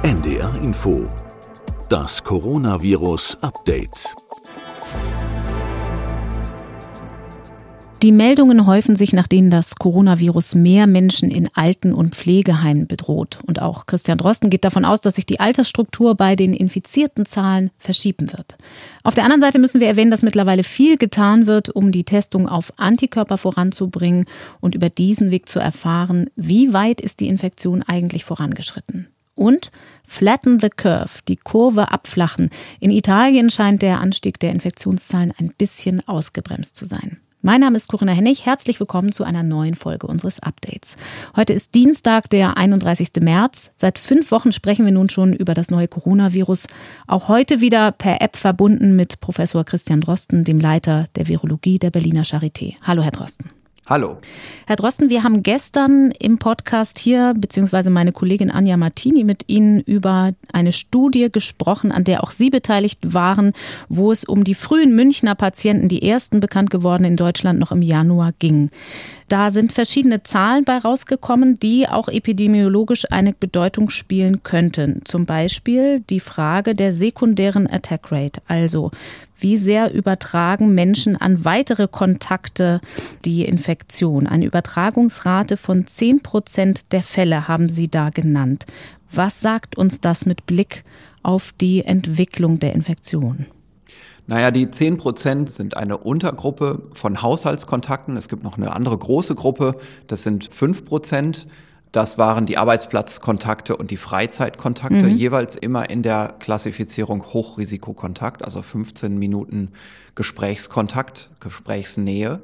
NDR Info. Das Coronavirus-Update. Die Meldungen häufen sich, nach denen das Coronavirus mehr Menschen in Alten- und Pflegeheimen bedroht. Und auch Christian Drosten geht davon aus, dass sich die Altersstruktur bei den infizierten Zahlen verschieben wird. Auf der anderen Seite müssen wir erwähnen, dass mittlerweile viel getan wird, um die Testung auf Antikörper voranzubringen und über diesen Weg zu erfahren, wie weit ist die Infektion eigentlich vorangeschritten. Und flatten the curve, die Kurve abflachen. In Italien scheint der Anstieg der Infektionszahlen ein bisschen ausgebremst zu sein. Mein Name ist Corinna Hennig. Herzlich willkommen zu einer neuen Folge unseres Updates. Heute ist Dienstag, der 31. März. Seit 5 Wochen sprechen wir nun schon über das neue Coronavirus. Auch heute wieder per App verbunden mit Professor Christian Drosten, dem Leiter der Virologie der Berliner Charité. Hallo, Herr Drosten. Hallo. Herr Drosten, wir haben gestern im Podcast hier, beziehungsweise meine Kollegin Anja Martini, mit Ihnen über eine Studie gesprochen, an der auch Sie beteiligt waren, wo es um die frühen Münchner Patienten, die ersten bekannt geworden in Deutschland, noch im Januar ging. Da sind verschiedene Zahlen bei rausgekommen, die auch epidemiologisch eine Bedeutung spielen könnten. Zum Beispiel die Frage der sekundären Attack Rate, also wie sehr übertragen Menschen an weitere Kontakte die Infektion? Eine Übertragungsrate von 10% der Fälle haben Sie da genannt. Was sagt uns das mit Blick auf die Entwicklung der Infektion? Naja, die 10% sind eine Untergruppe von Haushaltskontakten. Es gibt noch eine andere große Gruppe, das sind 5%. Das waren die Arbeitsplatzkontakte und die Freizeitkontakte, jeweils immer in der Klassifizierung Hochrisikokontakt, also 15 Minuten Gesprächskontakt, Gesprächsnähe.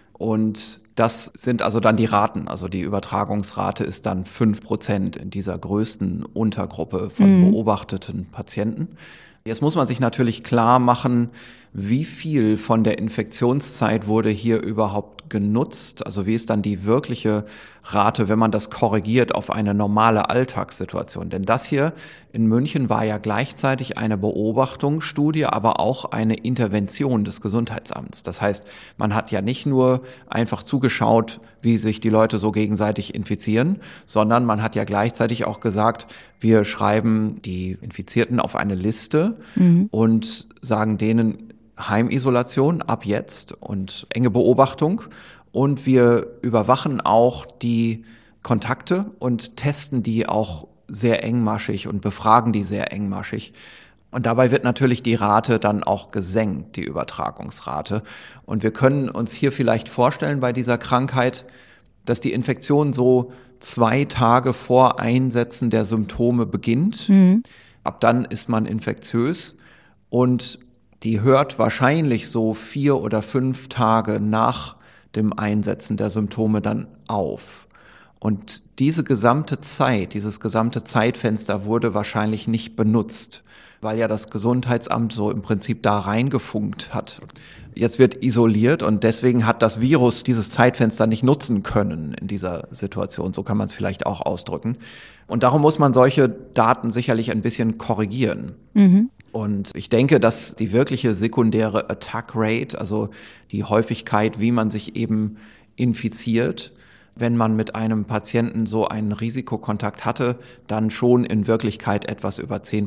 Und das sind also dann die Raten, also die Übertragungsrate ist dann 5% in dieser größten Untergruppe von beobachteten Patienten. Jetzt muss man sich natürlich klar machen, wie viel von der Infektionszeit wurde hier überhaupt genutzt? Also wie ist dann die wirkliche Rate, wenn man das korrigiert auf eine normale Alltagssituation? Denn das hier in München war ja gleichzeitig eine Beobachtungsstudie, aber auch eine Intervention des Gesundheitsamts. Das heißt, man hat ja nicht nur einfach zugeschaut, wie sich die Leute so gegenseitig infizieren, sondern man hat ja gleichzeitig auch gesagt, wir schreiben die Infizierten auf eine Liste und sagen denen Heimisolation ab jetzt und enge Beobachtung. Und wir überwachen auch die Kontakte und testen die auch sehr engmaschig und befragen die sehr engmaschig. Und dabei wird natürlich die Rate dann auch gesenkt, die Übertragungsrate. Und wir können uns hier vielleicht vorstellen bei dieser Krankheit, dass die Infektion so 2 Tage vor Einsetzen der Symptome beginnt. Ab dann ist man infektiös und die hört wahrscheinlich so 4 oder 5 Tage nach dem Einsetzen der Symptome dann auf. Und diese gesamte Zeit, dieses gesamte Zeitfenster wurde wahrscheinlich nicht benutzt, weil ja das Gesundheitsamt so im Prinzip da reingefunkt hat. Jetzt wird isoliert und deswegen hat das Virus dieses Zeitfenster nicht nutzen können in dieser Situation. So kann man es vielleicht auch ausdrücken. Und darum muss man solche Daten sicherlich ein bisschen korrigieren. Und ich denke, dass die wirkliche sekundäre Attack Rate, also die Häufigkeit, wie man sich eben infiziert, wenn man mit einem Patienten so einen Risikokontakt hatte, dann schon in Wirklichkeit etwas über 10%,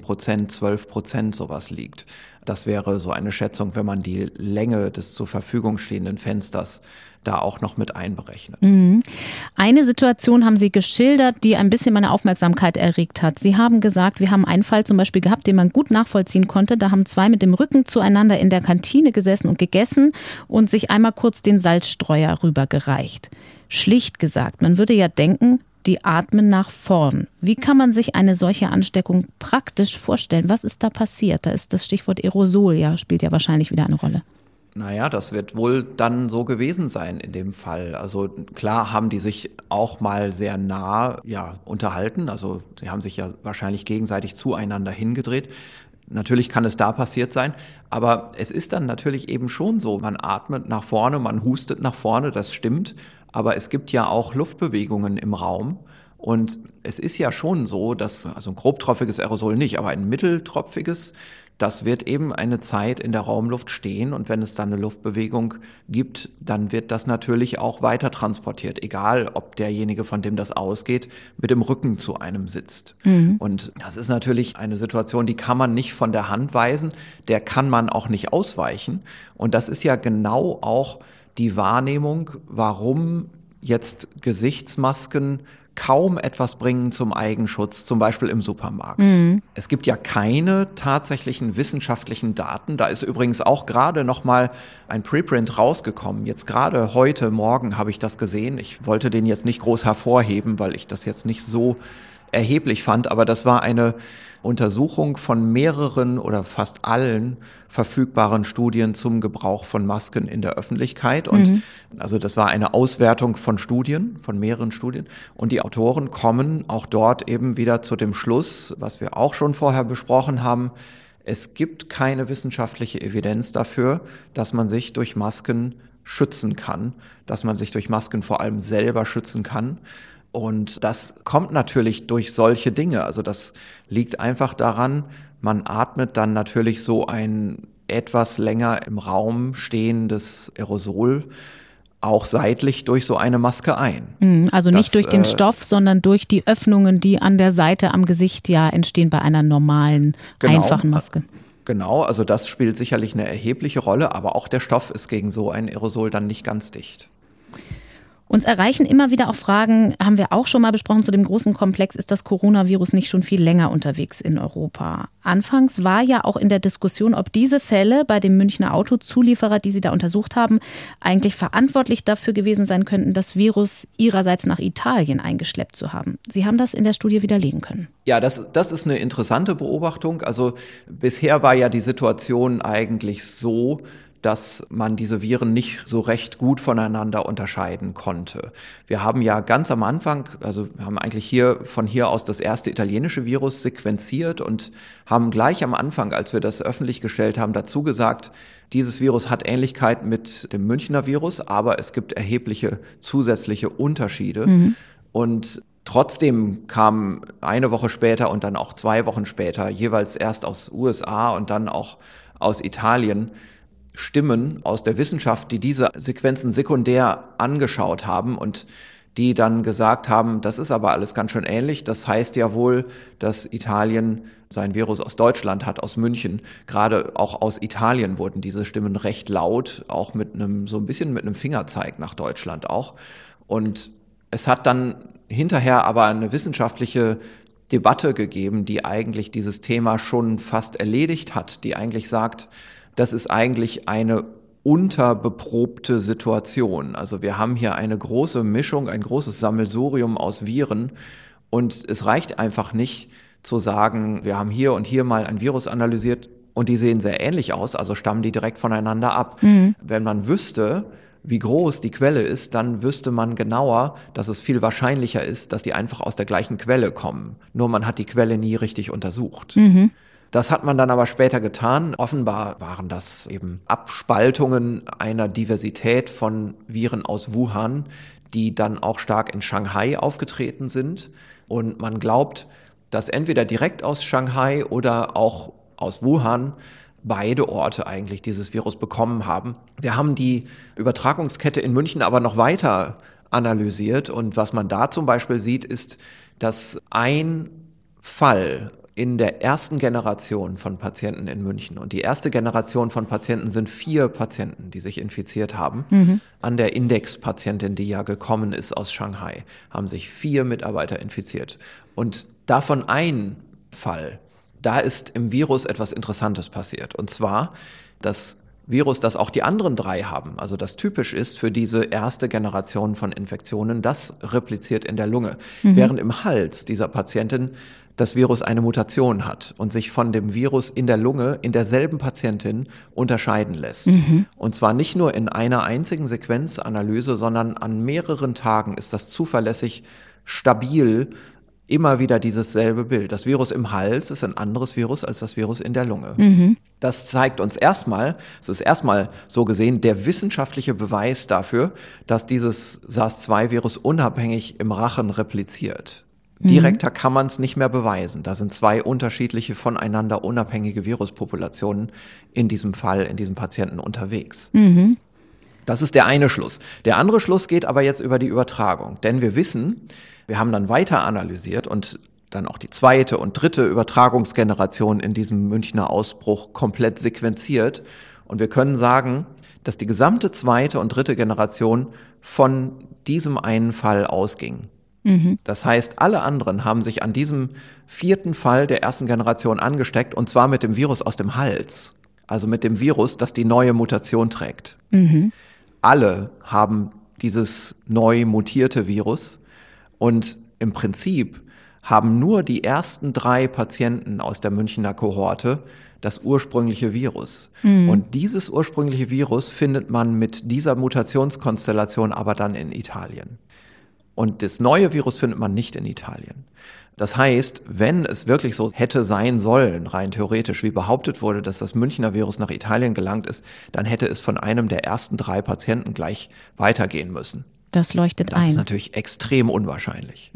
12% sowas liegt. Das wäre so eine Schätzung, wenn man die Länge des zur Verfügung stehenden Fensters da auch noch mit einberechnet. Eine Situation haben Sie geschildert, die ein bisschen meine Aufmerksamkeit erregt hat. Sie haben gesagt, wir haben einen Fall zum Beispiel gehabt, den man gut nachvollziehen konnte. Da haben 2 mit dem Rücken zueinander in der Kantine gesessen und gegessen und sich einmal kurz den Salzstreuer rübergereicht. Schlicht gesagt, man würde ja denken, die atmen nach vorn. Wie kann man sich eine solche Ansteckung praktisch vorstellen? Was ist da passiert? Da ist das Stichwort Aerosol, spielt ja wahrscheinlich wieder eine Rolle. Naja, das wird wohl dann so gewesen sein in dem Fall. Also klar haben die sich auch mal sehr nah unterhalten. Also sie haben sich ja wahrscheinlich gegenseitig zueinander hingedreht. Natürlich kann es da passiert sein, aber es ist dann natürlich eben schon so, man atmet nach vorne, man hustet nach vorne, das stimmt, aber es gibt ja auch Luftbewegungen im Raum. Und es ist ja schon so, dass, also ein grobtropfiges Aerosol nicht, aber ein mitteltropfiges, das wird eben eine Zeit in der Raumluft stehen und wenn es dann eine Luftbewegung gibt, dann wird das natürlich auch weiter transportiert, egal ob derjenige, von dem das ausgeht, mit dem Rücken zu einem sitzt. Und das ist natürlich eine Situation, die kann man nicht von der Hand weisen, der kann man auch nicht ausweichen. Und das ist ja genau auch die Wahrnehmung, warum jetzt Gesichtsmasken kaum etwas bringen zum Eigenschutz, zum Beispiel im Supermarkt. Es gibt ja keine tatsächlichen wissenschaftlichen Daten. Da ist übrigens auch gerade noch mal ein Preprint rausgekommen. Jetzt gerade heute Morgen habe ich das gesehen. Ich wollte den jetzt nicht groß hervorheben, weil ich das jetzt nicht so erheblich fand, aber das war eine Untersuchung von mehreren oder fast allen verfügbaren Studien zum Gebrauch von Masken in der Öffentlichkeit. Und also das war eine Auswertung von Studien, von mehreren Studien. Und die Autoren kommen auch dort eben wieder zu dem Schluss, was wir auch schon vorher besprochen haben. Es gibt keine wissenschaftliche Evidenz dafür, dass man sich durch Masken schützen kann, dass man sich durch Masken vor allem selber schützen kann. Und das kommt natürlich durch solche Dinge. Also das liegt einfach daran, man atmet dann natürlich so ein etwas länger im Raum stehendes Aerosol auch seitlich durch so eine Maske ein. Also nicht durch den Stoff, sondern durch die Öffnungen, die an der Seite am Gesicht ja entstehen bei einer normalen, einfachen Maske. Genau, also das spielt sicherlich eine erhebliche Rolle, aber auch der Stoff ist gegen so ein Aerosol dann nicht ganz dicht. Uns erreichen immer wieder auch Fragen, haben wir auch schon mal besprochen, zu dem großen Komplex, ist das Coronavirus nicht schon viel länger unterwegs in Europa? Anfangs war ja auch in der Diskussion, ob diese Fälle bei dem Münchner Autozulieferer, die Sie da untersucht haben, eigentlich verantwortlich dafür gewesen sein könnten, das Virus ihrerseits nach Italien eingeschleppt zu haben. Sie haben das in der Studie widerlegen können. Ja, das ist eine interessante Beobachtung. Also bisher war ja die Situation eigentlich so, dass man diese Viren nicht so recht gut voneinander unterscheiden konnte. Wir haben ja ganz am Anfang, also wir haben eigentlich von hier aus das erste italienische Virus sequenziert und haben gleich am Anfang, als wir das öffentlich gestellt haben, dazu gesagt, dieses Virus hat Ähnlichkeit mit dem Münchner Virus, aber es gibt erhebliche zusätzliche Unterschiede. Und trotzdem kam eine Woche später und dann auch 2 Wochen später, jeweils erst aus USA und dann auch aus Italien, Stimmen aus der Wissenschaft, die diese Sequenzen sekundär angeschaut haben und die dann gesagt haben, das ist aber alles ganz schön ähnlich. Das heißt ja wohl, dass Italien sein Virus aus Deutschland hat, aus München. Gerade auch aus Italien wurden diese Stimmen recht laut, auch so ein bisschen mit einem Fingerzeig nach Deutschland auch. Und es hat dann hinterher aber eine wissenschaftliche Debatte gegeben, die eigentlich dieses Thema schon fast erledigt hat, die eigentlich sagt, das ist eigentlich eine unterbeprobte Situation. Also wir haben hier eine große Mischung, ein großes Sammelsurium aus Viren und es reicht einfach nicht zu sagen, wir haben hier und hier mal ein Virus analysiert und die sehen sehr ähnlich aus, also stammen die direkt voneinander ab. Wenn man wüsste, wie groß die Quelle ist, dann wüsste man genauer, dass es viel wahrscheinlicher ist, dass die einfach aus der gleichen Quelle kommen. Nur man hat die Quelle nie richtig untersucht. Das hat man dann aber später getan. Offenbar waren das eben Abspaltungen einer Diversität von Viren aus Wuhan, die dann auch stark in Shanghai aufgetreten sind. Und man glaubt, dass entweder direkt aus Shanghai oder auch aus Wuhan beide Orte eigentlich dieses Virus bekommen haben. Wir haben die Übertragungskette in München aber noch weiter analysiert. Und was man da zum Beispiel sieht, ist, dass ein Fall in der ersten Generation von Patienten in München, und die erste Generation von Patienten sind 4 Patienten, die sich infiziert haben. An der Indexpatientin, die ja gekommen ist aus Shanghai, haben sich 4 Mitarbeiter infiziert. Und davon ein Fall, da ist im Virus etwas Interessantes passiert. Und zwar das Virus, das auch die anderen 3 haben, also das typisch ist für diese erste Generation von Infektionen, das repliziert in der Lunge. Während im Hals dieser Patientin das Virus eine Mutation hat und sich von dem Virus in der Lunge in derselben Patientin unterscheiden lässt. Und zwar nicht nur in einer einzigen Sequenzanalyse, sondern an mehreren Tagen ist das zuverlässig stabil immer wieder dieses selbe Bild. Das Virus im Hals ist ein anderes Virus als das Virus in der Lunge. Das zeigt uns erstmal, es ist erstmal so gesehen der wissenschaftliche Beweis dafür, dass dieses SARS-2-Virus unabhängig im Rachen repliziert. Direkter kann man es nicht mehr beweisen. Da sind zwei unterschiedliche, voneinander unabhängige Viruspopulationen in diesem Fall, in diesem Patienten unterwegs. Das ist der eine Schluss. Der andere Schluss geht aber jetzt über die Übertragung. Denn wir wissen, wir haben dann weiter analysiert und dann auch die zweite und dritte Übertragungsgeneration in diesem Münchner Ausbruch komplett sequenziert. Und wir können sagen, dass die gesamte zweite und dritte Generation von diesem einen Fall ausging. Das heißt, alle anderen haben sich an diesem vierten Fall der ersten Generation angesteckt, und zwar mit dem Virus aus dem Hals, also mit dem Virus, das die neue Mutation trägt. Alle haben dieses neu mutierte Virus, und im Prinzip haben nur die ersten 3 Patienten aus der Münchner Kohorte das ursprüngliche Virus. Und dieses ursprüngliche Virus findet man mit dieser Mutationskonstellation aber dann in Italien. Und das neue Virus findet man nicht in Italien. Das heißt, wenn es wirklich so hätte sein sollen, rein theoretisch, wie behauptet wurde, dass das Münchner Virus nach Italien gelangt ist, dann hätte es von einem der ersten 3 Patienten gleich weitergehen müssen. Das leuchtet ein. Das ist natürlich extrem unwahrscheinlich.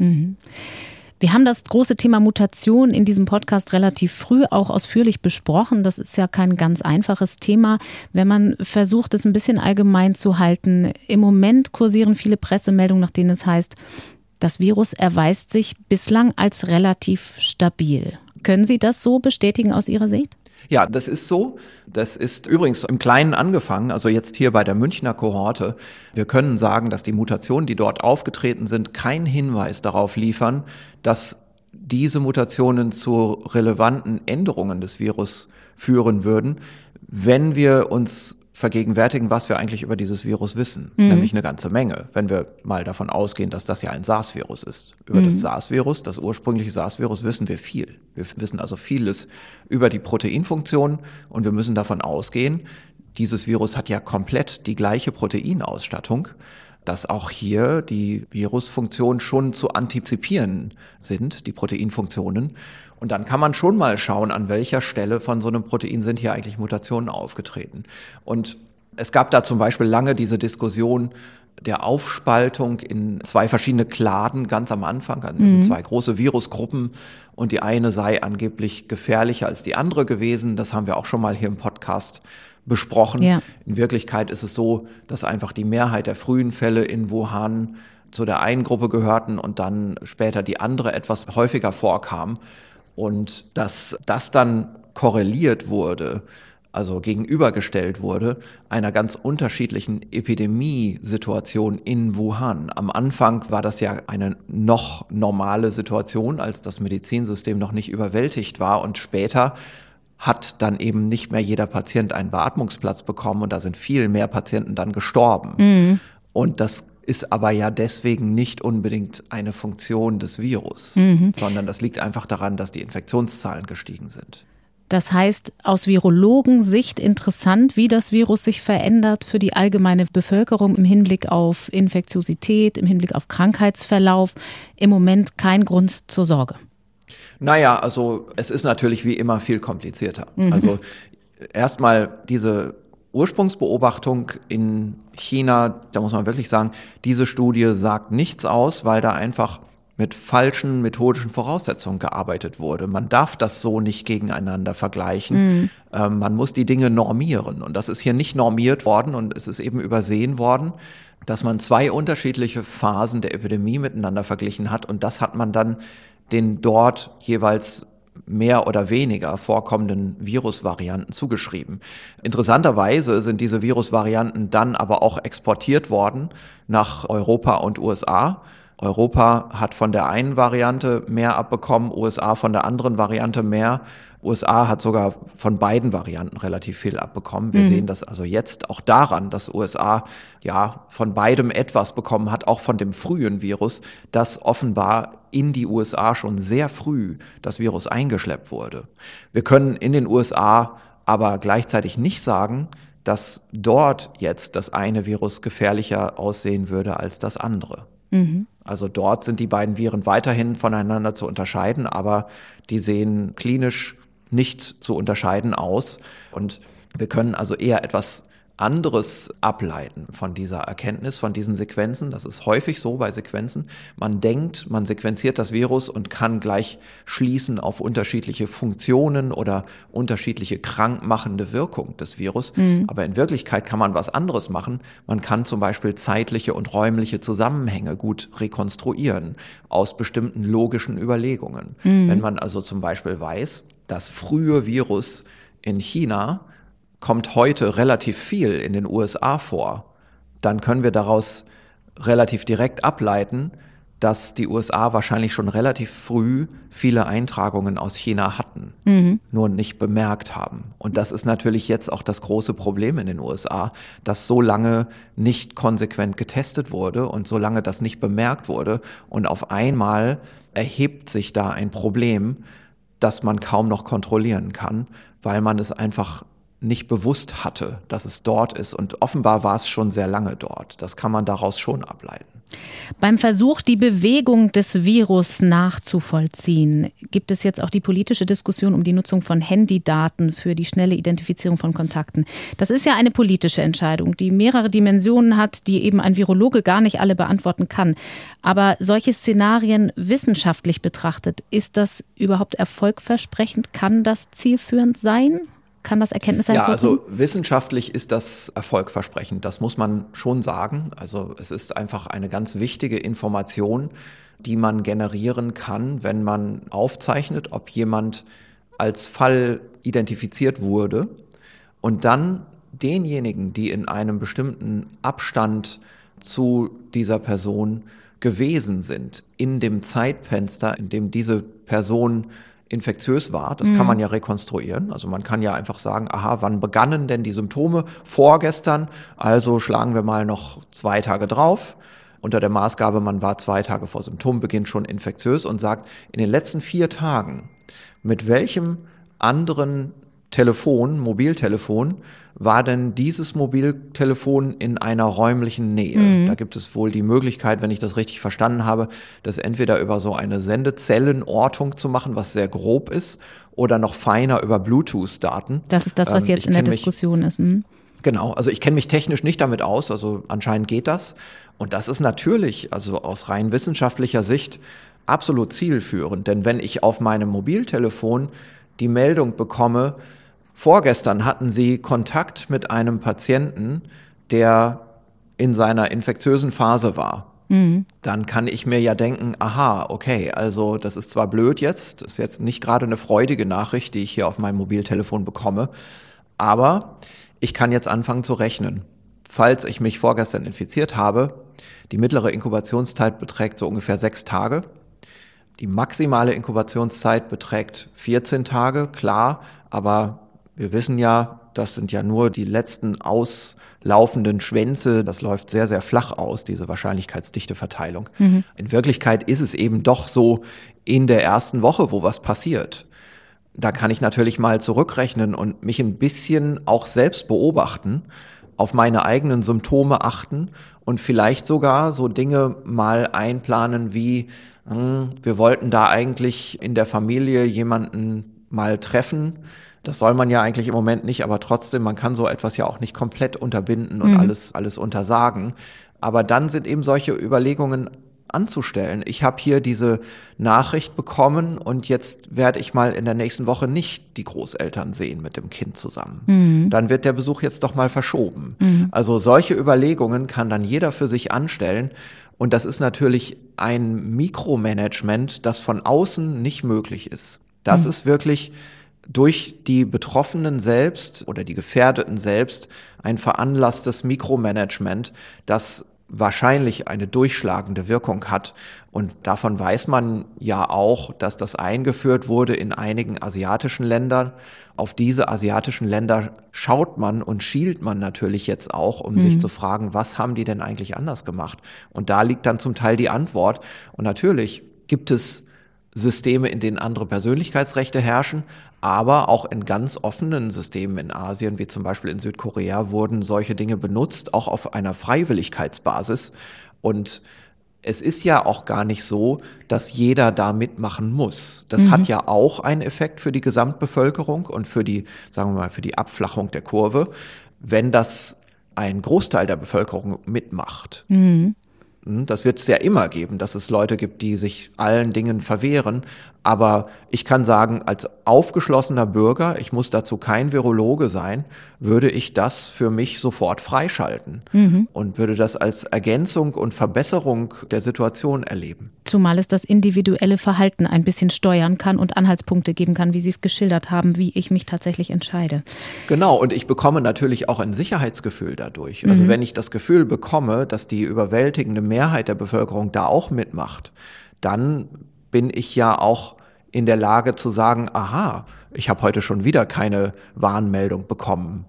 Wir haben das große Thema Mutation in diesem Podcast relativ früh auch ausführlich besprochen. Das ist ja kein ganz einfaches Thema, wenn man versucht, es ein bisschen allgemein zu halten. Im Moment kursieren viele Pressemeldungen, nach denen es heißt, das Virus erweist sich bislang als relativ stabil. Können Sie das so bestätigen aus Ihrer Sicht? Ja, das ist so. Das ist übrigens im Kleinen angefangen, also jetzt hier bei der Münchner Kohorte. Wir können sagen, dass die Mutationen, die dort aufgetreten sind, keinen Hinweis darauf liefern, dass diese Mutationen zu relevanten Änderungen des Virus führen würden, wenn wir uns vergegenwärtigen, was wir eigentlich über dieses Virus wissen, nämlich eine ganze Menge, wenn wir mal davon ausgehen, dass das ja ein SARS-Virus ist. Über das SARS-Virus, das ursprüngliche SARS-Virus, wissen wir viel. Wir wissen also vieles über die Proteinfunktion, und wir müssen davon ausgehen, dieses Virus hat ja komplett die gleiche Proteinausstattung, dass auch hier die Virusfunktionen schon zu antizipieren sind, die Proteinfunktionen. Und dann kann man schon mal schauen, an welcher Stelle von so einem Protein sind hier eigentlich Mutationen aufgetreten. Und es gab da zum Beispiel lange diese Diskussion der Aufspaltung in 2 verschiedene Kladen ganz am Anfang, also 2 große Virusgruppen, und die eine sei angeblich gefährlicher als die andere gewesen. Das haben wir auch schon mal hier im Podcast besprochen. Ja. In Wirklichkeit ist es so, dass einfach die Mehrheit der frühen Fälle in Wuhan zu der einen Gruppe gehörten und dann später die andere etwas häufiger vorkam. Und dass das dann korreliert wurde, also gegenübergestellt wurde, einer ganz unterschiedlichen Epidemiesituation in Wuhan. Am Anfang war das ja eine noch normale Situation, als das Medizinsystem noch nicht überwältigt war, und später hat dann eben nicht mehr jeder Patient einen Beatmungsplatz bekommen, und da sind viel mehr Patienten dann gestorben. Und das ist aber ja deswegen nicht unbedingt eine Funktion des Virus, sondern das liegt einfach daran, dass die Infektionszahlen gestiegen sind. Das heißt, aus Virologensicht interessant, wie das Virus sich verändert für die allgemeine Bevölkerung im Hinblick auf Infektiosität, im Hinblick auf Krankheitsverlauf. Im Moment kein Grund zur Sorge. Naja, also es ist natürlich wie immer viel komplizierter. Also erstmal diese Ursprungsbeobachtung in China, da muss man wirklich sagen, diese Studie sagt nichts aus, weil da einfach mit falschen methodischen Voraussetzungen gearbeitet wurde. Man darf das so nicht gegeneinander vergleichen. Man muss die Dinge normieren, und das ist hier nicht normiert worden, und es ist eben übersehen worden, dass man 2 unterschiedliche Phasen der Epidemie miteinander verglichen hat, und das hat man dann den dort jeweils mehr oder weniger vorkommenden Virusvarianten zugeschrieben. Interessanterweise sind diese Virusvarianten dann aber auch exportiert worden nach Europa und USA. Europa hat von der einen Variante mehr abbekommen, USA von der anderen Variante mehr. USA hat sogar von beiden Varianten relativ viel abbekommen. Wir sehen das also jetzt auch daran, dass USA ja von beidem etwas bekommen hat, auch von dem frühen Virus, das offenbar in die USA schon sehr früh das Virus eingeschleppt wurde. Wir können in den USA aber gleichzeitig nicht sagen, dass dort jetzt das eine Virus gefährlicher aussehen würde als das andere. Also dort sind die beiden Viren weiterhin voneinander zu unterscheiden, aber die sehen klinisch nicht zu unterscheiden aus. Und wir können also eher etwas anderes ableiten von dieser Erkenntnis, von diesen Sequenzen. Das ist häufig so bei Sequenzen. Man denkt, man sequenziert das Virus und kann gleich schließen auf unterschiedliche Funktionen oder unterschiedliche krankmachende Wirkung des Virus. Aber in Wirklichkeit kann man was anderes machen. Man kann zum Beispiel zeitliche und räumliche Zusammenhänge gut rekonstruieren aus bestimmten logischen Überlegungen. Wenn man also zum Beispiel weiß, das frühe Virus in China kommt heute relativ viel in den USA vor, dann können wir daraus relativ direkt ableiten, dass die USA wahrscheinlich schon relativ früh viele Eintragungen aus China hatten, nur nicht bemerkt haben. Und das ist natürlich jetzt auch das große Problem in den USA, dass so lange nicht konsequent getestet wurde und so lange das nicht bemerkt wurde. Und auf einmal erhebt sich da ein Problem, das man kaum noch kontrollieren kann, weil man es einfach nicht bewusst hatte, dass es dort ist. Und offenbar war es schon sehr lange dort. Das kann man daraus schon ableiten. Beim Versuch, die Bewegung des Virus nachzuvollziehen, gibt es jetzt auch die politische Diskussion um die Nutzung von Handydaten für die schnelle Identifizierung von Kontakten. Das ist ja eine politische Entscheidung, die mehrere Dimensionen hat, die eben ein Virologe gar nicht alle beantworten kann. Aber solche Szenarien wissenschaftlich betrachtet, ist das überhaupt erfolgversprechend? Kann das zielführend sein? Kann das Erkenntnis sein? Ja, also wissenschaftlich ist das erfolgversprechend. Das muss man schon sagen. Also es ist einfach eine ganz wichtige Information, die man generieren kann, wenn man aufzeichnet, ob jemand als Fall identifiziert wurde und dann denjenigen, die in einem bestimmten Abstand zu dieser Person gewesen sind, in dem Zeitfenster, in dem diese Person infektiös war, das kann man ja rekonstruieren. Also man kann ja einfach sagen, aha, wann begannen denn die Symptome? Vorgestern, also schlagen wir mal noch 2 Tage drauf. Unter der Maßgabe, man war 2 Tage vor Symptombeginn schon infektiös und sagt, in den letzten 4 Tagen, mit welchem anderen Mobiltelefon, war denn dieses Mobiltelefon in einer räumlichen Nähe? Da gibt es wohl die Möglichkeit, wenn ich das richtig verstanden habe, das entweder über so eine Sendezellenortung zu machen, was sehr grob ist, oder noch feiner über Bluetooth-Daten. Das ist das, was jetzt in der Diskussion ist. Genau, also ich kenne mich technisch nicht damit aus, also anscheinend geht das. Und das ist natürlich, also aus rein wissenschaftlicher Sicht, absolut zielführend. Denn wenn ich auf meinem Mobiltelefon die Meldung bekomme, vorgestern hatten Sie Kontakt mit einem Patienten, der in seiner infektiösen Phase war. Dann kann ich mir ja denken, aha, okay, also das ist zwar blöd jetzt, das ist jetzt nicht gerade eine freudige Nachricht, die ich hier auf meinem Mobiltelefon bekomme, aber ich kann jetzt anfangen zu rechnen. Falls ich mich vorgestern infiziert habe, die mittlere Inkubationszeit beträgt so ungefähr 6 Tage. Die maximale Inkubationszeit beträgt 14 Tage, klar, aber wir wissen ja, das sind ja nur die letzten auslaufenden Schwänze. Das läuft sehr, sehr flach aus, diese Wahrscheinlichkeitsdichteverteilung. In Wirklichkeit ist es eben doch so in der ersten Woche, wo was passiert. Da kann ich natürlich mal zurückrechnen und mich ein bisschen auch selbst beobachten, auf meine eigenen Symptome achten und vielleicht sogar so Dinge mal einplanen wie, wir wollten da eigentlich in der Familie jemanden mal treffen. Das soll man ja eigentlich im Moment nicht, aber trotzdem, man kann so etwas ja auch nicht komplett unterbinden und alles untersagen. Aber dann sind eben solche Überlegungen anzustellen. Ich habe hier diese Nachricht bekommen und jetzt werde ich mal in der nächsten Woche nicht die Großeltern sehen mit dem Kind zusammen. Dann wird der Besuch jetzt doch mal verschoben. Also solche Überlegungen kann dann jeder für sich anstellen. Und das ist natürlich ein Mikromanagement, das von außen nicht möglich ist. Das ist wirklich durch die Betroffenen selbst oder die Gefährdeten selbst ein veranlasstes Mikromanagement, das wahrscheinlich eine durchschlagende Wirkung hat. Und davon weiß man ja auch, dass das eingeführt wurde in einigen asiatischen Ländern. Auf diese asiatischen Länder schaut man und schielt man natürlich jetzt auch, um sich zu fragen, was haben die denn eigentlich anders gemacht? Und da liegt dann zum Teil die Antwort. Und natürlich gibt es Systeme, in denen andere Persönlichkeitsrechte herrschen, aber auch in ganz offenen Systemen in Asien, wie zum Beispiel in Südkorea, wurden solche Dinge benutzt, auch auf einer Freiwilligkeitsbasis. Und es ist ja auch gar nicht so, dass jeder da mitmachen muss. Das hat ja auch einen Effekt für die Gesamtbevölkerung und für die, sagen wir mal, für die Abflachung der Kurve. Wenn das ein Großteil der Bevölkerung mitmacht. Mhm. Das wird es ja immer geben, dass es Leute gibt, die sich allen Dingen verwehren. Aber ich kann sagen, als aufgeschlossener Bürger, ich muss dazu kein Virologe sein, würde ich das für mich sofort freischalten und würde das als Ergänzung und Verbesserung der Situation erleben. Zumal es das individuelle Verhalten ein bisschen steuern kann und Anhaltspunkte geben kann, wie Sie es geschildert haben, wie ich mich tatsächlich entscheide. Genau, und ich bekomme natürlich auch ein Sicherheitsgefühl dadurch. Also wenn ich das Gefühl bekomme, dass die überwältigende Mehrheit der Bevölkerung da auch mitmacht, dann bin ich ja auch in der Lage zu sagen, aha, ich habe heute schon wieder keine Warnmeldung bekommen.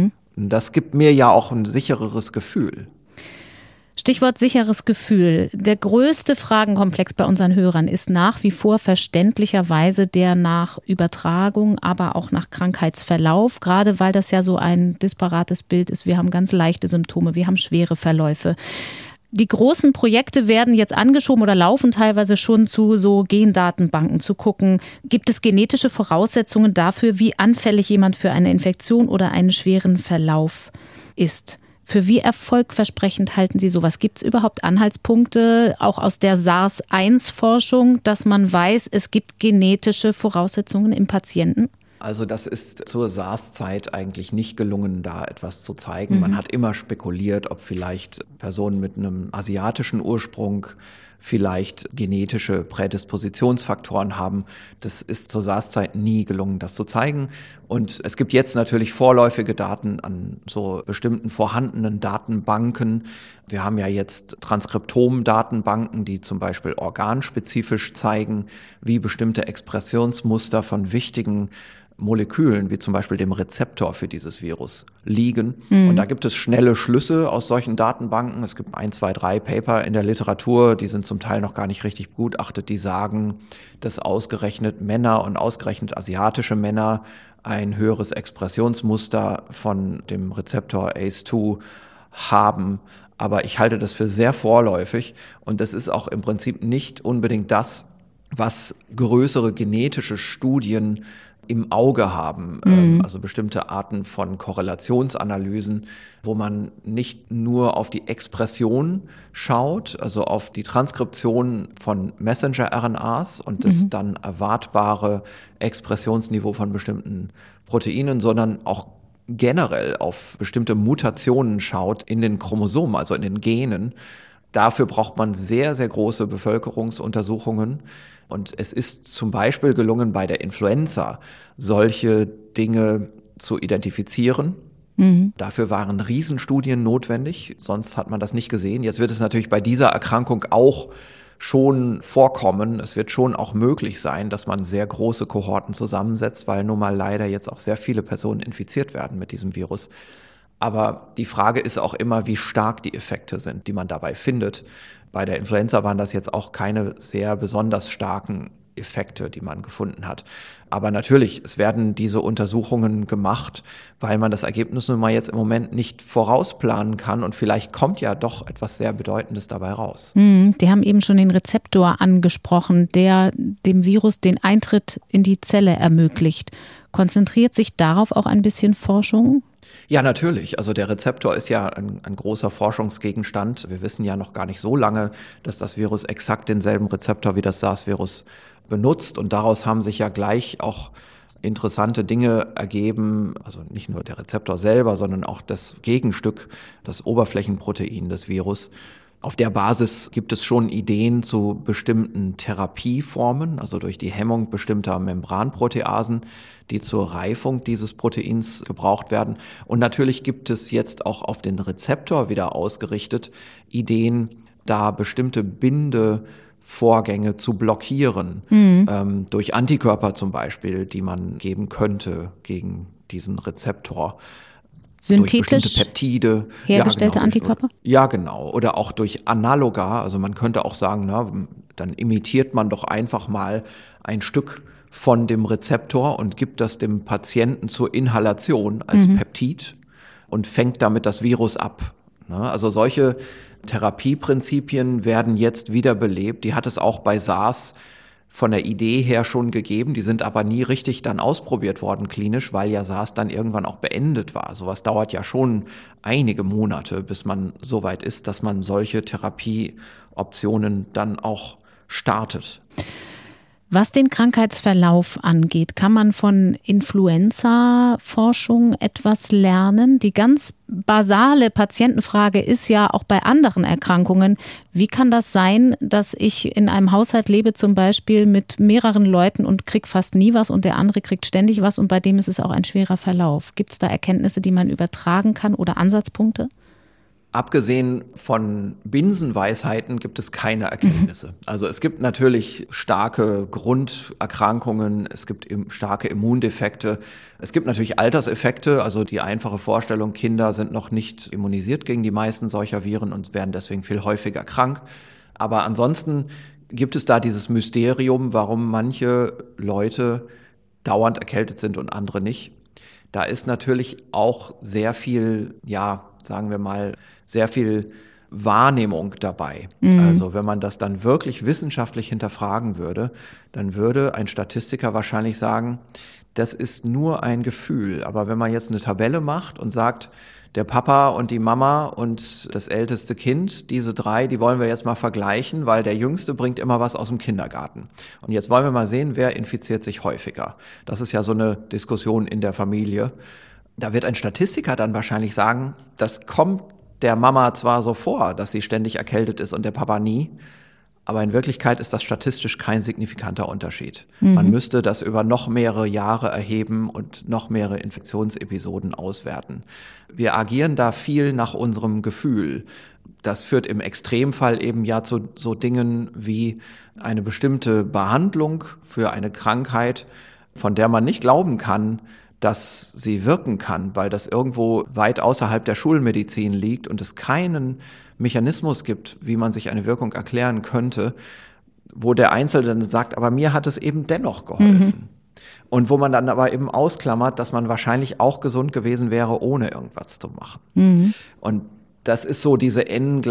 Das gibt mir ja auch ein sichereres Gefühl. Stichwort sicheres Gefühl. Der größte Fragenkomplex bei unseren Hörern ist nach wie vor verständlicherweise der nach Übertragung, aber auch nach Krankheitsverlauf, gerade weil das ja so ein disparates Bild ist. Wir haben ganz leichte Symptome, wir haben schwere Verläufe. Die großen Projekte werden jetzt angeschoben oder laufen teilweise schon zu so Gendatenbanken, zu gucken, gibt es genetische Voraussetzungen dafür, wie anfällig jemand für eine Infektion oder einen schweren Verlauf ist. Für wie erfolgversprechend halten Sie sowas? Gibt es überhaupt Anhaltspunkte, auch aus der SARS-1-Forschung, dass man weiß, es gibt genetische Voraussetzungen im Patienten? Also das ist zur SARS-Zeit eigentlich nicht gelungen, da etwas zu zeigen. Man hat immer spekuliert, ob vielleicht Personen mit einem asiatischen Ursprung vielleicht genetische Prädispositionsfaktoren haben. Das ist zur SARS-Zeit nie gelungen, das zu zeigen. Und es gibt jetzt natürlich vorläufige Daten an so bestimmten vorhandenen Datenbanken. Wir haben ja jetzt Transkriptom-Datenbanken, die zum Beispiel organspezifisch zeigen, wie bestimmte Expressionsmuster von wichtigen Molekülen, wie zum Beispiel dem Rezeptor für dieses Virus, liegen. Und da gibt es schnelle Schlüsse aus solchen Datenbanken. Es gibt 1, 2, 3 Paper in der Literatur, die sind zum Teil noch gar nicht richtig begutachtet, die sagen, dass ausgerechnet Männer und ausgerechnet asiatische Männer ein höheres Expressionsmuster von dem Rezeptor ACE2 haben. Aber ich halte das für sehr vorläufig und das ist auch im Prinzip nicht unbedingt das, was größere genetische Studien im Auge haben, also bestimmte Arten von Korrelationsanalysen, wo man nicht nur auf die Expression schaut, also auf die Transkription von Messenger-RNAs und das dann erwartbare Expressionsniveau von bestimmten Proteinen, sondern auch generell auf bestimmte Mutationen schaut in den Chromosomen, also in den Genen. Dafür braucht man sehr, sehr große Bevölkerungsuntersuchungen. Und es ist zum Beispiel gelungen, bei der Influenza solche Dinge zu identifizieren. Dafür waren Riesenstudien notwendig, sonst hat man das nicht gesehen. Jetzt wird es natürlich bei dieser Erkrankung auch schon vorkommen. Es wird schon auch möglich sein, dass man sehr große Kohorten zusammensetzt, weil nun mal leider jetzt auch sehr viele Personen infiziert werden mit diesem Virus. Aber die Frage ist auch immer, wie stark die Effekte sind, die man dabei findet. Bei der Influenza waren das jetzt auch keine sehr besonders starken Effekte, die man gefunden hat. Aber natürlich, es werden diese Untersuchungen gemacht, weil man das Ergebnis nun mal jetzt im Moment nicht vorausplanen kann und vielleicht kommt ja doch etwas sehr Bedeutendes dabei raus. Die haben eben schon den Rezeptor angesprochen, der dem Virus den Eintritt in die Zelle ermöglicht. Konzentriert sich darauf auch ein bisschen Forschung? Ja, natürlich. Also der Rezeptor ist ja ein großer Forschungsgegenstand. Wir wissen ja noch gar nicht so lange, dass das Virus exakt denselben Rezeptor wie das SARS-Virus benutzt. Und daraus haben sich ja gleich auch interessante Dinge ergeben. Also nicht nur der Rezeptor selber, sondern auch das Gegenstück, das Oberflächenprotein des Virus. Auf der Basis gibt es schon Ideen zu bestimmten Therapieformen, also durch die Hemmung bestimmter Membranproteasen, die zur Reifung dieses Proteins gebraucht werden. Und natürlich gibt es jetzt auch auf den Rezeptor wieder ausgerichtet Ideen, da bestimmte Bindevorgänge zu blockieren, durch Antikörper zum Beispiel, die man geben könnte gegen diesen Rezeptor. Synthetisch Peptide, hergestellte Antikörper? Ja, genau. Oder auch durch Analoga. Also man könnte auch sagen, na, dann imitiert man doch einfach mal ein Stück von dem Rezeptor und gibt das dem Patienten zur Inhalation als Peptid und fängt damit das Virus ab. Also solche Therapieprinzipien werden jetzt wiederbelebt. Die hat es auch bei SARS von der Idee her schon gegeben, die sind aber nie richtig dann ausprobiert worden klinisch, weil ja SARS dann irgendwann auch beendet war. Sowas dauert ja schon einige Monate, bis man so weit ist, dass man solche Therapieoptionen dann auch startet. Was den Krankheitsverlauf angeht, kann man von Influenza-Forschung etwas lernen? Die ganz basale Patientenfrage ist ja auch bei anderen Erkrankungen, wie kann das sein, dass ich in einem Haushalt lebe, zum Beispiel mit mehreren Leuten und kriege fast nie was und der andere kriegt ständig was und bei dem ist es auch ein schwerer Verlauf. Gibt es da Erkenntnisse, die man übertragen kann oder Ansatzpunkte? Abgesehen von Binsenweisheiten gibt es keine Erkenntnisse. Also es gibt natürlich starke Grunderkrankungen, es gibt starke Immundefekte, es gibt natürlich Alterseffekte, also die einfache Vorstellung, Kinder sind noch nicht immunisiert gegen die meisten solcher Viren und werden deswegen viel häufiger krank. Aber ansonsten gibt es da dieses Mysterium, warum manche Leute dauernd erkältet sind und andere nicht. Da ist natürlich auch sehr viel, sagen wir mal, sehr viel Wahrnehmung dabei. Also wenn man das dann wirklich wissenschaftlich hinterfragen würde, dann würde ein Statistiker wahrscheinlich sagen, das ist nur ein Gefühl. Aber wenn man jetzt eine Tabelle macht und sagt, der Papa und die Mama und das älteste Kind, diese drei, die wollen wir jetzt mal vergleichen, weil der Jüngste bringt immer was aus dem Kindergarten. Und jetzt wollen wir mal sehen, wer infiziert sich häufiger. Das ist ja so eine Diskussion in der Familie. Da wird ein Statistiker dann wahrscheinlich sagen, das kommt der Mama zwar so vor, dass sie ständig erkältet ist und der Papa nie, aber in Wirklichkeit ist das statistisch kein signifikanter Unterschied. Man müsste das über noch mehrere Jahre erheben und noch mehrere Infektionsepisoden auswerten. Wir agieren da viel nach unserem Gefühl. Das führt im Extremfall eben ja zu so Dingen wie eine bestimmte Behandlung für eine Krankheit, von der man nicht glauben kann, dass sie wirken kann, weil das irgendwo weit außerhalb der Schulmedizin liegt und es keinen Mechanismus gibt, wie man sich eine Wirkung erklären könnte, wo der Einzelne dann sagt, aber mir hat es eben dennoch geholfen. Und wo man dann aber eben ausklammert, dass man wahrscheinlich auch gesund gewesen wäre, ohne irgendwas zu machen. Und das ist so diese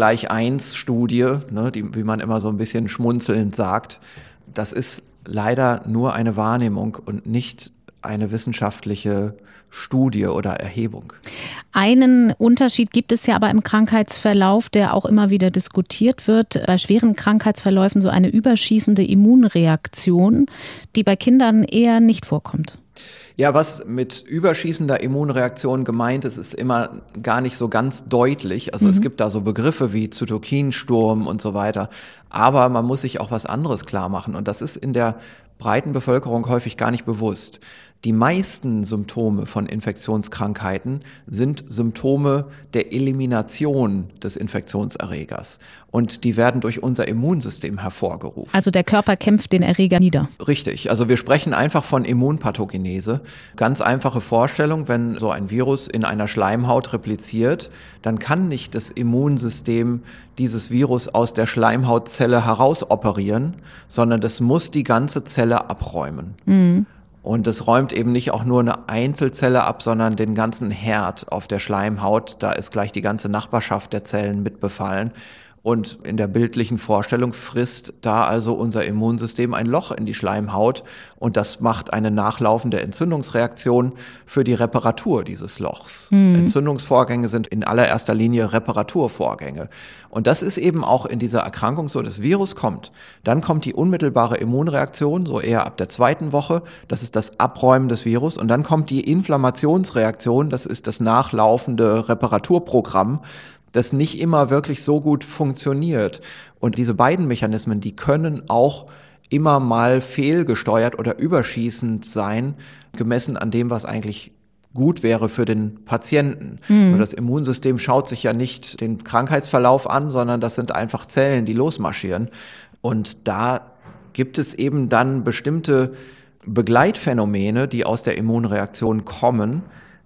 N=1-Studie, ne, wie man immer so ein bisschen schmunzelnd sagt. Das ist leider nur eine Wahrnehmung und nicht eine wissenschaftliche Studie oder Erhebung. Einen Unterschied gibt es ja aber im Krankheitsverlauf, der auch immer wieder diskutiert wird. Bei schweren Krankheitsverläufen so eine überschießende Immunreaktion, die bei Kindern eher nicht vorkommt. Ja, was mit überschießender Immunreaktion gemeint ist, ist immer gar nicht so ganz deutlich. Also es gibt da so Begriffe wie Zytokinsturm und so weiter. Aber man muss sich auch was anderes klar machen. Und das ist in der breiten Bevölkerung häufig gar nicht bewusst. Die meisten Symptome von Infektionskrankheiten sind Symptome der Elimination des Infektionserregers. Und die werden durch unser Immunsystem hervorgerufen. Also der Körper kämpft den Erreger nieder. Richtig. Also wir sprechen einfach von Immunpathogenese. Ganz einfache Vorstellung, wenn so ein Virus in einer Schleimhaut repliziert, dann kann nicht das Immunsystem dieses Virus aus der Schleimhautzelle herausoperieren, sondern das muss die ganze Zelle abräumen. Und es räumt eben nicht auch nur eine Einzelzelle ab, sondern den ganzen Herd auf der Schleimhaut. Da ist gleich die ganze Nachbarschaft der Zellen mit befallen. Und in der bildlichen Vorstellung frisst da also unser Immunsystem ein Loch in die Schleimhaut und das macht eine nachlaufende Entzündungsreaktion für die Reparatur dieses Lochs. Entzündungsvorgänge sind in allererster Linie Reparaturvorgänge. Und das ist eben auch in dieser Erkrankung so, das Virus kommt. Dann kommt die unmittelbare Immunreaktion, so eher ab der 2. Woche. Das ist das Abräumen des Virus. Und dann kommt die Inflammationsreaktion, das ist das nachlaufende Reparaturprogramm, das nicht immer wirklich so gut funktioniert. Und diese beiden Mechanismen, die können auch immer mal fehlgesteuert oder überschießend sein, gemessen an dem, was eigentlich gut wäre für den Patienten. Und das Immunsystem schaut sich ja nicht den Krankheitsverlauf an, sondern das sind einfach Zellen, die losmarschieren. Und da gibt es eben dann bestimmte Begleitphänomene, die aus der Immunreaktion kommen,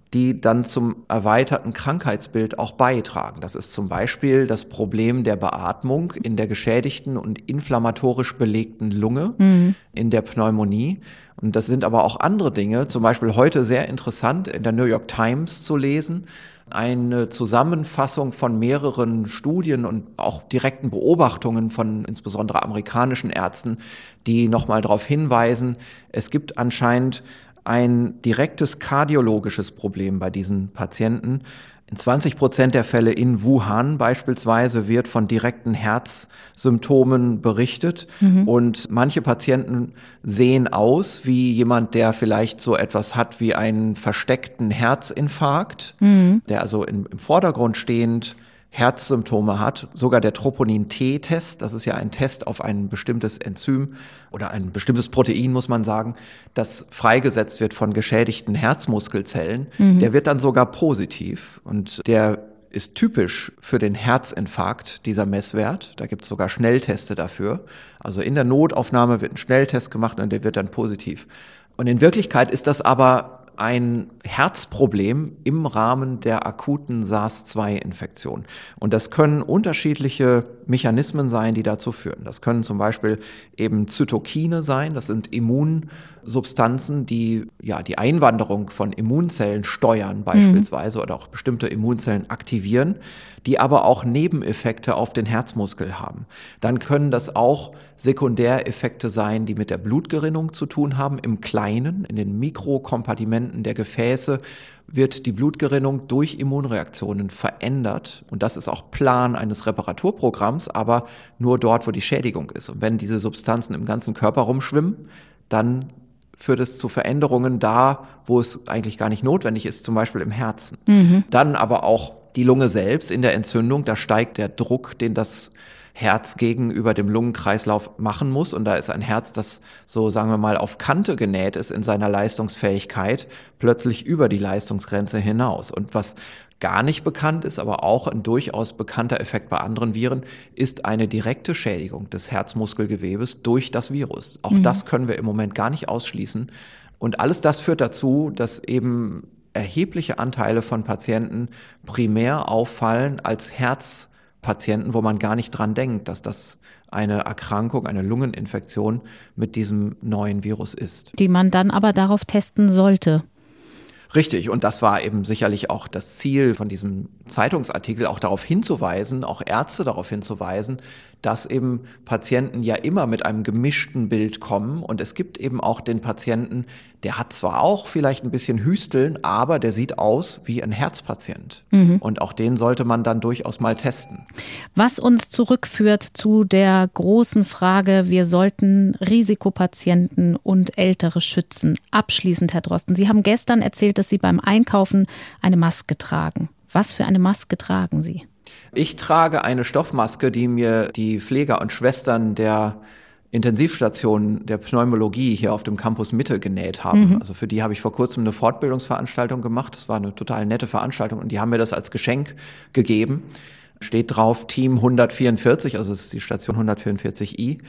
die dann zum erweiterten Krankheitsbild auch beitragen. Das ist zum Beispiel das Problem der Beatmung in der geschädigten und inflammatorisch belegten Lunge, in der Pneumonie. Und das sind aber auch andere Dinge, zum Beispiel heute sehr interessant in der New York Times zu lesen, eine Zusammenfassung von mehreren Studien und auch direkten Beobachtungen von insbesondere amerikanischen Ärzten, die nochmal darauf hinweisen, es gibt anscheinend ein direktes kardiologisches Problem bei diesen Patienten. In 20% der Fälle in Wuhan beispielsweise wird von direkten Herzsymptomen berichtet. Und manche Patienten sehen aus wie jemand, der vielleicht so etwas hat wie einen versteckten Herzinfarkt, der also im Vordergrund stehend Herzsymptome hat. Sogar der Troponin-T-Test, das ist ja ein Test auf ein bestimmtes Enzym oder ein bestimmtes Protein, muss man sagen, das freigesetzt wird von geschädigten Herzmuskelzellen, der wird dann sogar positiv und der ist typisch für den Herzinfarkt, dieser Messwert. Da gibt es sogar Schnellteste dafür. Also in der Notaufnahme wird ein Schnelltest gemacht und der wird dann positiv. Und in Wirklichkeit ist das aber ein Herzproblem im Rahmen der akuten SARS-2-Infektion. Und das können unterschiedliche Mechanismen sein, die dazu führen. Das können zum Beispiel eben Zytokine sein, das sind Immunsubstanzen, die ja die Einwanderung von Immunzellen steuern beispielsweise oder auch bestimmte Immunzellen aktivieren, die aber auch Nebeneffekte auf den Herzmuskel haben. Dann können das auch Sekundäreffekte sein, die mit der Blutgerinnung zu tun haben. Im Kleinen, in den Mikrokompartimenten der Gefäße wird die Blutgerinnung durch Immunreaktionen verändert. Und das ist auch Plan eines Reparaturprogramms, aber nur dort, wo die Schädigung ist. Und wenn diese Substanzen im ganzen Körper rumschwimmen, dann führt es zu Veränderungen da, wo es eigentlich gar nicht notwendig ist, zum Beispiel im Herzen. Dann aber auch die Lunge selbst in der Entzündung, da steigt der Druck, den das Herz gegenüber dem Lungenkreislauf machen muss. Und da ist ein Herz, das so, sagen wir mal, auf Kante genäht ist in seiner Leistungsfähigkeit, plötzlich über die Leistungsgrenze hinaus. Und was gar nicht bekannt ist, aber auch ein durchaus bekannter Effekt bei anderen Viren, ist eine direkte Schädigung des Herzmuskelgewebes durch das Virus. Auch das können wir im Moment gar nicht ausschließen. Und alles das führt dazu, dass eben erhebliche Anteile von Patienten primär auffallen als Herzpatienten, wo man gar nicht dran denkt, dass das eine Erkrankung, eine Lungeninfektion mit diesem neuen Virus ist. Die man dann aber darauf testen sollte. Richtig, und das war eben sicherlich auch das Ziel von diesem Zeitungsartikel, auch darauf hinzuweisen, auch Ärzte darauf hinzuweisen, dass eben Patienten ja immer mit einem gemischten Bild kommen und es gibt eben auch den Patienten, der hat zwar auch vielleicht ein bisschen Hüsteln, aber der sieht aus wie ein Herzpatient. Und auch den sollte man dann durchaus mal testen. Was uns zurückführt zu der großen Frage, wir sollten Risikopatienten und Ältere schützen. Abschließend, Herr Drosten, Sie haben gestern erzählt, dass Sie beim Einkaufen eine Maske tragen. Was für eine Maske tragen Sie? Ich trage eine Stoffmaske, die mir die Pfleger und Schwestern der Intensivstation der Pneumologie hier auf dem Campus Mitte genäht haben. Also für die habe ich vor kurzem eine Fortbildungsveranstaltung gemacht. Das war eine total nette Veranstaltung und die haben mir das als Geschenk gegeben. Steht drauf Team 144, also es ist die Station 144i.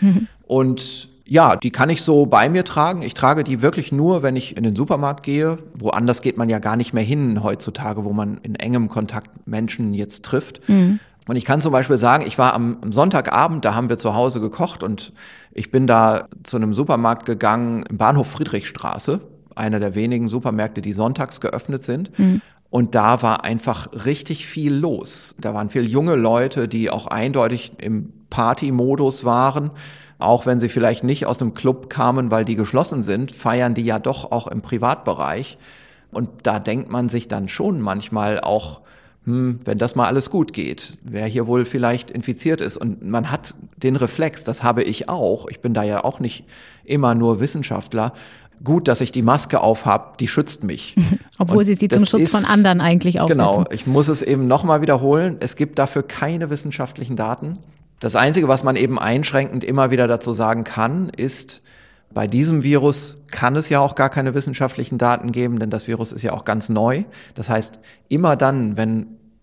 Und ja, die kann ich so bei mir tragen. Ich trage die wirklich nur, wenn ich in den Supermarkt gehe. Woanders geht man ja gar nicht mehr hin heutzutage, wo man in engem Kontakt Menschen jetzt trifft. Und ich kann zum Beispiel sagen, ich war am Sonntagabend, da haben wir zu Hause gekocht und ich bin da zu einem Supermarkt gegangen im Bahnhof Friedrichstraße, einer der wenigen Supermärkte, die sonntags geöffnet sind. Und da war einfach richtig viel los. Da waren viele junge Leute, die auch eindeutig im Party-Modus waren. Auch wenn sie vielleicht nicht aus dem Club kamen, weil die geschlossen sind, feiern die ja doch auch im Privatbereich. Und da denkt man sich dann schon manchmal auch, wenn das mal alles gut geht, wer hier wohl vielleicht infiziert ist. Und man hat den Reflex, das habe ich auch. Ich bin da ja auch nicht immer nur Wissenschaftler. Gut, dass ich die Maske aufhab, die schützt mich. Obwohl Sie zum Schutz von anderen eigentlich aufsetzen. Genau, ich muss es eben nochmal wiederholen. Es gibt dafür keine wissenschaftlichen Daten. Das Einzige, was man eben einschränkend immer wieder dazu sagen kann, ist, bei diesem Virus kann es ja auch gar keine wissenschaftlichen Daten geben, denn das Virus ist ja auch ganz neu. Das heißt, immer dann, wenn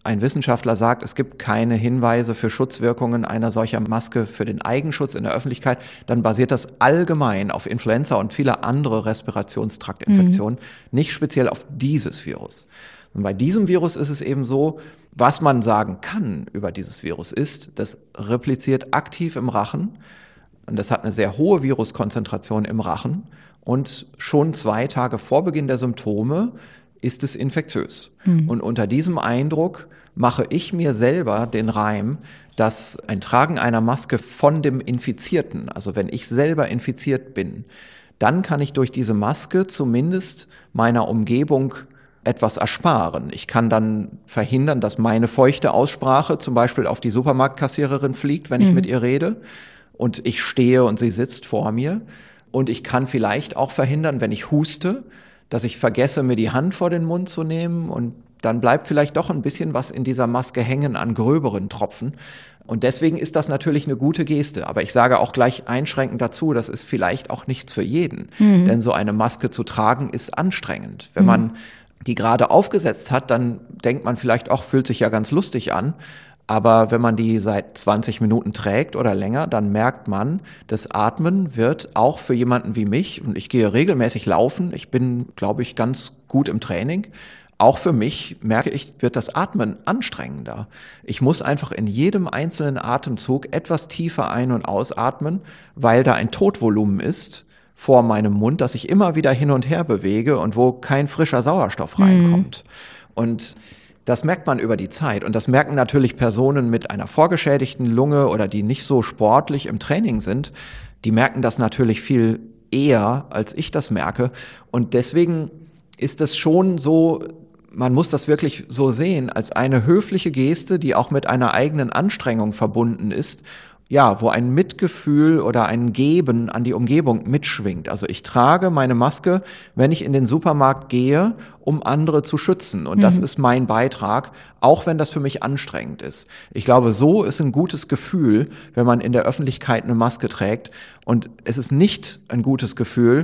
ein Wissenschaftler sagt, es gibt keine Hinweise für Schutzwirkungen einer solcher Maske für den Eigenschutz in der Öffentlichkeit, dann basiert das allgemein auf Influenza und viele andere Respirationstraktinfektionen, nicht speziell auf dieses Virus. Und bei diesem Virus ist es eben so, was man sagen kann über dieses Virus ist, das repliziert aktiv im Rachen und das hat eine sehr hohe Viruskonzentration im Rachen und schon 2 Tage vor Beginn der Symptome ist es infektiös. Und unter diesem Eindruck mache ich mir selber den Reim, dass ein Tragen einer Maske von dem Infizierten, also wenn ich selber infiziert bin, dann kann ich durch diese Maske zumindest meiner Umgebung etwas ersparen. Ich kann dann verhindern, dass meine feuchte Aussprache zum Beispiel auf die Supermarktkassiererin fliegt, wenn ich mit ihr rede und ich stehe und sie sitzt vor mir. Und ich kann vielleicht auch verhindern, wenn ich huste, dass ich vergesse, mir die Hand vor den Mund zu nehmen und dann bleibt vielleicht doch ein bisschen was in dieser Maske hängen an gröberen Tropfen. Und deswegen ist das natürlich eine gute Geste. Aber ich sage auch gleich einschränkend dazu, das ist vielleicht auch nichts für jeden. Denn so eine Maske zu tragen ist anstrengend. Wenn man die gerade aufgesetzt hat, dann denkt man vielleicht auch, fühlt sich ja ganz lustig an. Aber wenn man die seit 20 Minuten trägt oder länger, dann merkt man, das Atmen wird auch für jemanden wie mich, und ich gehe regelmäßig laufen, ich bin, glaube ich, ganz gut im Training, auch für mich, merke ich, wird das Atmen anstrengender. Ich muss einfach in jedem einzelnen Atemzug etwas tiefer ein- und ausatmen, weil da ein Totvolumen ist vor meinem Mund, das ich immer wieder hin und her bewege und wo kein frischer Sauerstoff reinkommt. Und das merkt man über die Zeit und das merken natürlich Personen mit einer vorgeschädigten Lunge oder die nicht so sportlich im Training sind. Die merken das natürlich viel eher, als ich das merke. Und deswegen ist es schon so, man muss das wirklich so sehen, als eine höfliche Geste, die auch mit einer eigenen Anstrengung verbunden ist. Ja, wo ein Mitgefühl oder ein Geben an die Umgebung mitschwingt. Also ich trage meine Maske, wenn ich in den Supermarkt gehe, um andere zu schützen. Und das ist mein Beitrag, auch wenn das für mich anstrengend ist. Ich glaube, so ist ein gutes Gefühl, wenn man in der Öffentlichkeit eine Maske trägt. Und es ist nicht ein gutes Gefühl,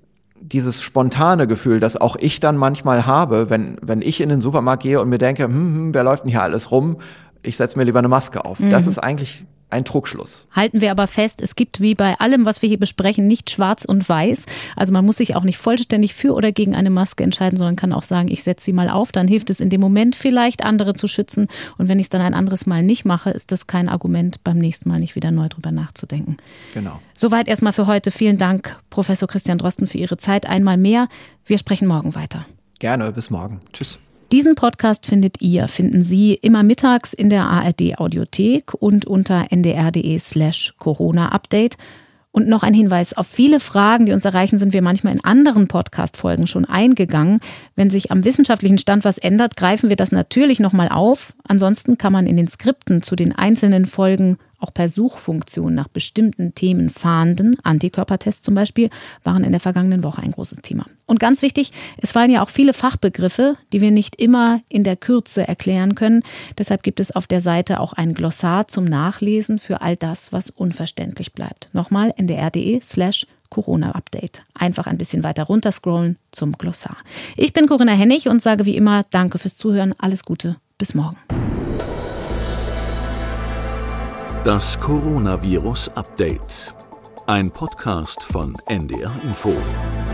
dieses spontane Gefühl, das auch ich dann manchmal habe, wenn ich in den Supermarkt gehe und mir denke, wer läuft denn hier alles rum? Ich setze mir lieber eine Maske auf. Das ist eigentlich ein Trugschluss. Halten wir aber fest, es gibt wie bei allem, was wir hier besprechen, nicht schwarz und weiß. Also man muss sich auch nicht vollständig für oder gegen eine Maske entscheiden, sondern kann auch sagen, ich setze sie mal auf. Dann hilft es in dem Moment vielleicht, andere zu schützen. Und wenn ich es dann ein anderes Mal nicht mache, ist das kein Argument, beim nächsten Mal nicht wieder neu drüber nachzudenken. Genau. Soweit erstmal für heute. Vielen Dank, Professor Christian Drosten, für Ihre Zeit. Einmal mehr. Wir sprechen morgen weiter. Gerne, bis morgen. Tschüss. Diesen Podcast finden Sie immer mittags in der ARD-Audiothek und unter ndr.de/Corona-Update. Und noch ein Hinweis, auf viele Fragen, die uns erreichen, sind wir manchmal in anderen Podcast-Folgen schon eingegangen. Wenn sich am wissenschaftlichen Stand was ändert, greifen wir das natürlich nochmal auf. Ansonsten kann man in den Skripten zu den einzelnen Folgen auch per Suchfunktion nach bestimmten Themen fahnden. Antikörpertests zum Beispiel waren in der vergangenen Woche ein großes Thema. Und ganz wichtig, es fallen ja auch viele Fachbegriffe, die wir nicht immer in der Kürze erklären können. Deshalb gibt es auf der Seite auch ein Glossar zum Nachlesen für all das, was unverständlich bleibt. Nochmal ndr.de/Corona-Update. Einfach ein bisschen weiter runterscrollen zum Glossar. Ich bin Corinna Hennig und sage wie immer Danke fürs Zuhören. Alles Gute. Bis morgen. Das Coronavirus Update. Ein Podcast von NDR Info.